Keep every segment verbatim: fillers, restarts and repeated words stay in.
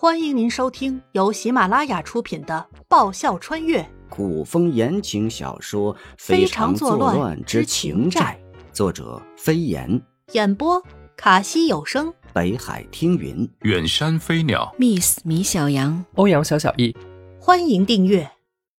欢迎您收听由喜马拉雅出品的《爆笑穿越古风言情小说《 非非常作常作乱乱之之情情债》，作者飞檐，》， 演播卡西有声， 北海听云。 远山飞鸟， Miss 米小羊， 欧阳小小易。 欢迎订阅。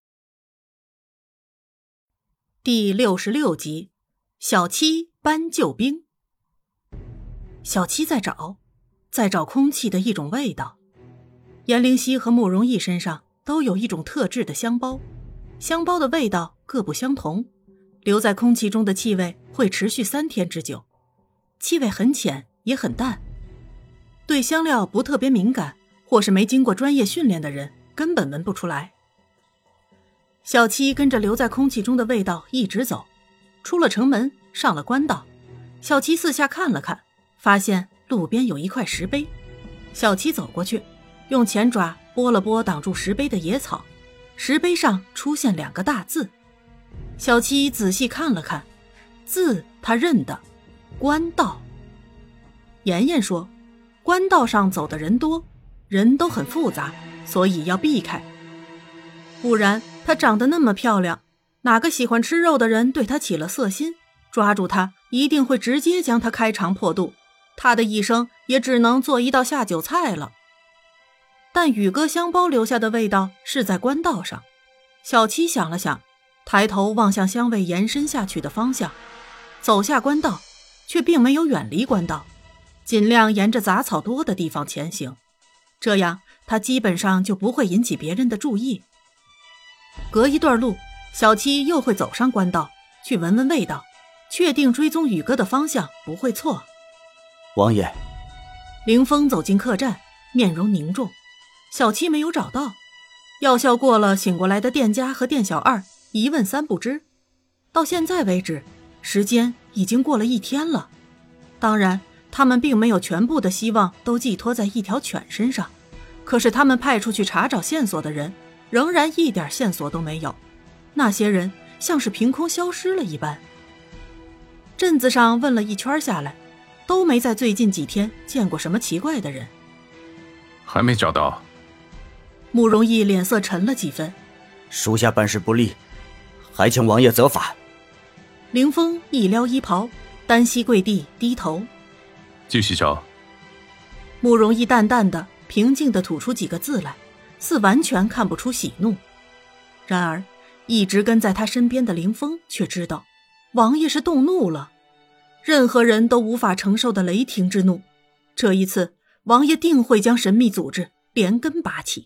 第六十六集，小七搬救兵。小七在找，在找空气的一种味道。颜灵犀和慕容逸身上都有一种特制的香包，香包的味道各不相同，留在空气中的气味会持续三天之久，气味很浅也很淡。对香料不特别敏感或是没经过专业训练的人根本闻不出来。小七跟着留在空气中的味道一直走，出了城门，上了官道。小七四下看了看，发现路边有一块石碑。小七走过去，用前爪拨了拨挡住石碑的野草，石碑上出现两个大字。小七仔细看了看，字他认得，官道。妍妍说，官道上走的人多，人都很复杂，所以要避开。不然她长得那么漂亮，哪个喜欢吃肉的人对她起了色心，抓住她一定会直接将她开肠破肚，她的一生也只能做一道下酒菜了。但宇哥香包留下的味道是在官道上。小七想了想，抬头望向香味延伸下去的方向，走下官道，却并没有远离官道，尽量沿着杂草多的地方前行，这样他基本上就不会引起别人的注意。隔一段路，小七又会走上官道，去闻闻味道，确定追踪宇哥的方向不会错。 王爷， 凌风走进客栈，面容凝重。小七没有找到，药效过了，醒过来的店家和店小二一问三不知。到现在为止，时间已经过了一天了。当然他们并没有全部的希望都寄托在一条犬身上，可是他们派出去查找线索的人仍然一点线索都没有，那些人像是凭空消失了一般。镇子上问了一圈下来，都没在最近几天见过什么奇怪的人。 还没找到。 慕容逸脸色沉了几分， 属下办事不力，还请王爷责罚。 凌风一撩衣袍，单膝跪地低头。 继续找。 慕容逸淡淡的平静地吐出几个字来，似完全看不出喜怒。然而一直跟在他身边的凌风却知道，王爷是动怒了，任何人都无法承受的雷霆之怒，这一次王爷定会将神秘组织连根拔起。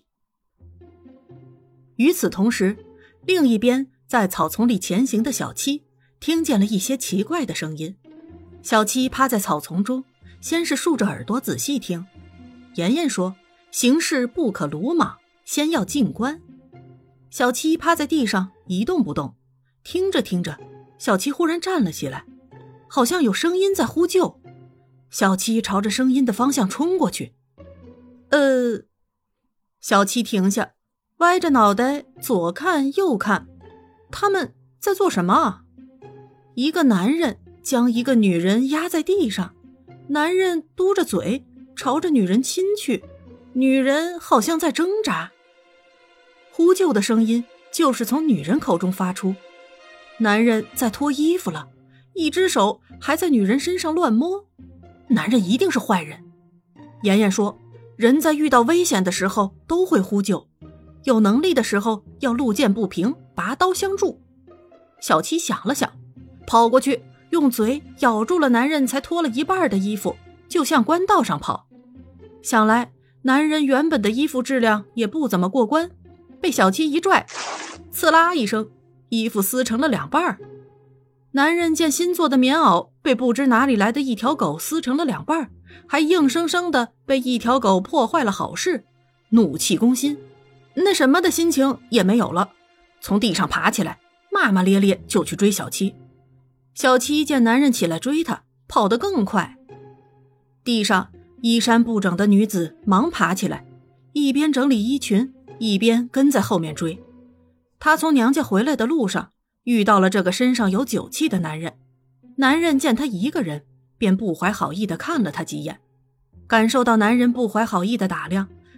与此同时，另一边在草丛里前行的小七听见了一些奇怪的声音。小七趴在草丛中，先是竖着耳朵仔细听。妍妍说，行事不可鲁莽，先要静观。小七趴在地上一动不动，听着听着，小七忽然站了起来，好像有声音在呼救。小七朝着声音的方向冲过去。呃，小七停下，歪着脑袋左看右看，他们在做什么啊？一个男人将一个女人压在地上，男人嘟着嘴朝着女人亲去，女人好像在挣扎。呼救的声音就是从女人口中发出，男人在脱衣服了，一只手还在女人身上乱摸，男人一定是坏人。妍妍说，人在遇到危险的时候都会呼救，有能力的时候要路见不平拔刀相助。小七想了想，跑过去用嘴咬住了男人才脱了一半的衣服，就向官道上跑。想来男人原本的衣服质量也不怎么过关，被小七一拽，刺啦一声，衣服撕成了两半。男人见新做的棉袄被不知哪里来的一条狗撕成了两半，还硬生生的被一条狗破坏了好事，怒气攻心，那什么的心情也没有了，从地上爬起来，骂骂咧咧就去追小七。小七见男人起来追他，跑得更快。地上衣衫不整的女子忙爬起来，一边整理衣裙，一边跟在后面追。她从娘家回来的路上遇到了这个身上有酒气的男人，男人见她一个人，便不怀好意地看了她几眼。感受到男人不怀好意的打量，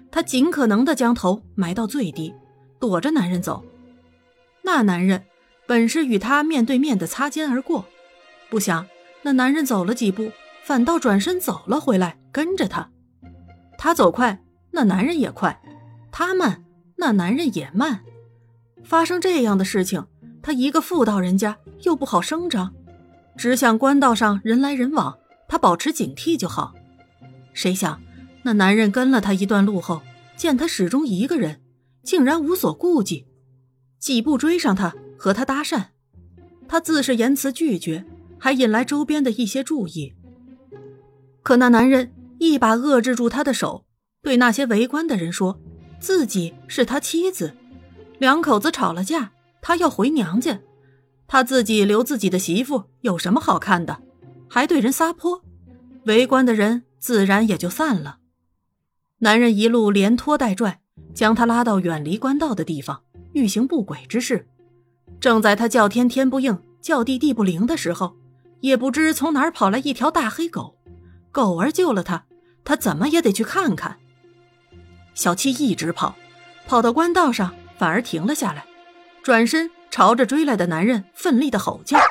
她尽可能地将头埋到最低，躲着男人走。那男人本是与她面对面的擦肩而过，不想那男人走了几步，反倒转身走了回来，跟着她。她走快，那男人也快；她慢，那男人也慢。发生这样的事情，她一个妇道人家又不好声张，只想官道上人来人往，她保持警惕就好。谁想那男人跟了她一段路后，见她始终一个人，竟然无所顾忌，几步追上她，和她搭讪。她自是言辞拒绝，还引来周边的一些注意。可那男人一把遏制住她的手，对那些围观的人说，自己是他妻子，两口子吵了架，他要回娘家，他自己留自己的媳妇有什么好看的，还对人撒泼，围观的人自然也就散了。男人一路连拖带拽，将他拉到远离官道的地方，欲行不轨之事。正在他叫天天不应，叫地地不灵的时候，也不知从哪儿跑来一条大黑狗，狗儿救了他，他怎么也得去看看。小七一直跑，跑到官道上反而停了下来，转身朝着追来的男人奋力的吼叫：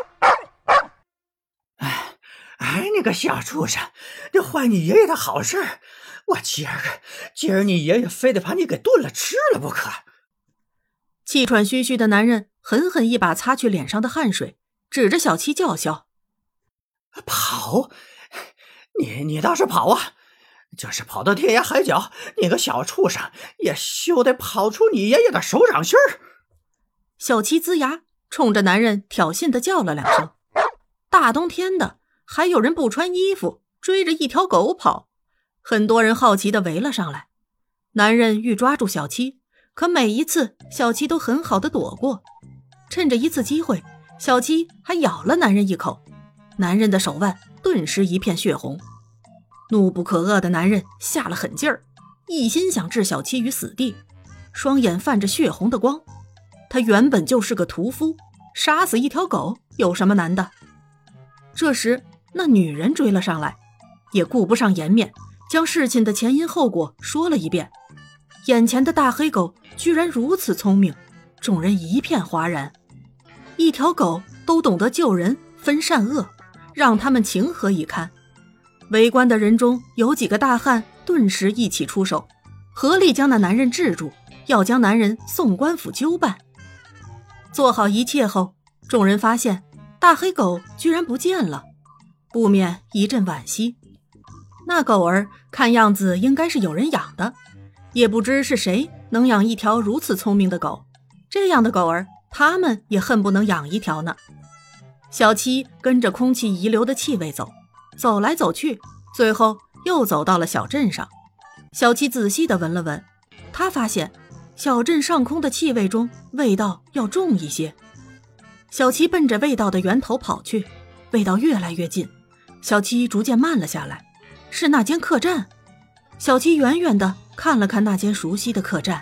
哎哎，你个小畜生，你坏你爷爷的好事，我今儿个今儿你爷爷非得把你给炖了吃了不可。 气喘吁吁的男人狠狠一把擦去脸上的汗水，指着小七叫嚣： 跑？你你倒是跑啊，就是跑到天涯海角，你个小畜生也休得跑出你爷爷的手掌心儿。 小七龇牙，冲着男人挑衅地叫了两声。大冬天的，还有人不穿衣服追着一条狗跑，很多人好奇地围了上来。男人欲抓住小七，可每一次小七都很好地躲过。趁着一次机会，小七还咬了男人一口，男人的手腕顿时一片血红。怒不可遏的男人下了狠劲儿，一心想置小七于死地，双眼泛着血红的光。他原本就是个屠夫，杀死一条狗有什么难的？这时那女人追了上来，也顾不上颜面，将事情的前因后果说了一遍。眼前的大黑狗居然如此聪明，众人一片哗然。一条狗都懂得救人分善恶，让他们情何以堪？围观的人中有几个大汉顿时一起出手，合力将那男人制住，要将男人送官府纠办。做好一切后，众人发现大黑狗居然不见了，不免一阵惋惜。那狗儿看样子应该是有人养的，也不知是谁能养一条如此聪明的狗，这样的狗儿他们也恨不能养一条呢。小七跟着空气遗留的气味走，走来走去，最后又走到了小镇上。小七仔细地闻了闻，他发现小镇上空的气味中味道要重一些。小七奔着味道的源头跑去，味道越来越近，小七逐渐慢了下来，是那间客栈。小七远远地看了看那间熟悉的客栈。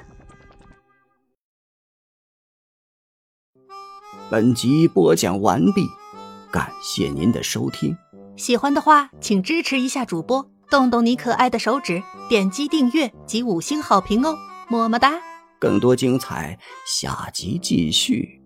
本集播讲完毕，感谢您的收听。 喜欢的话请支持一下主播，动动你可爱的手指，点击订阅及五星好评哦，么么哒。 更多精彩，下集继续。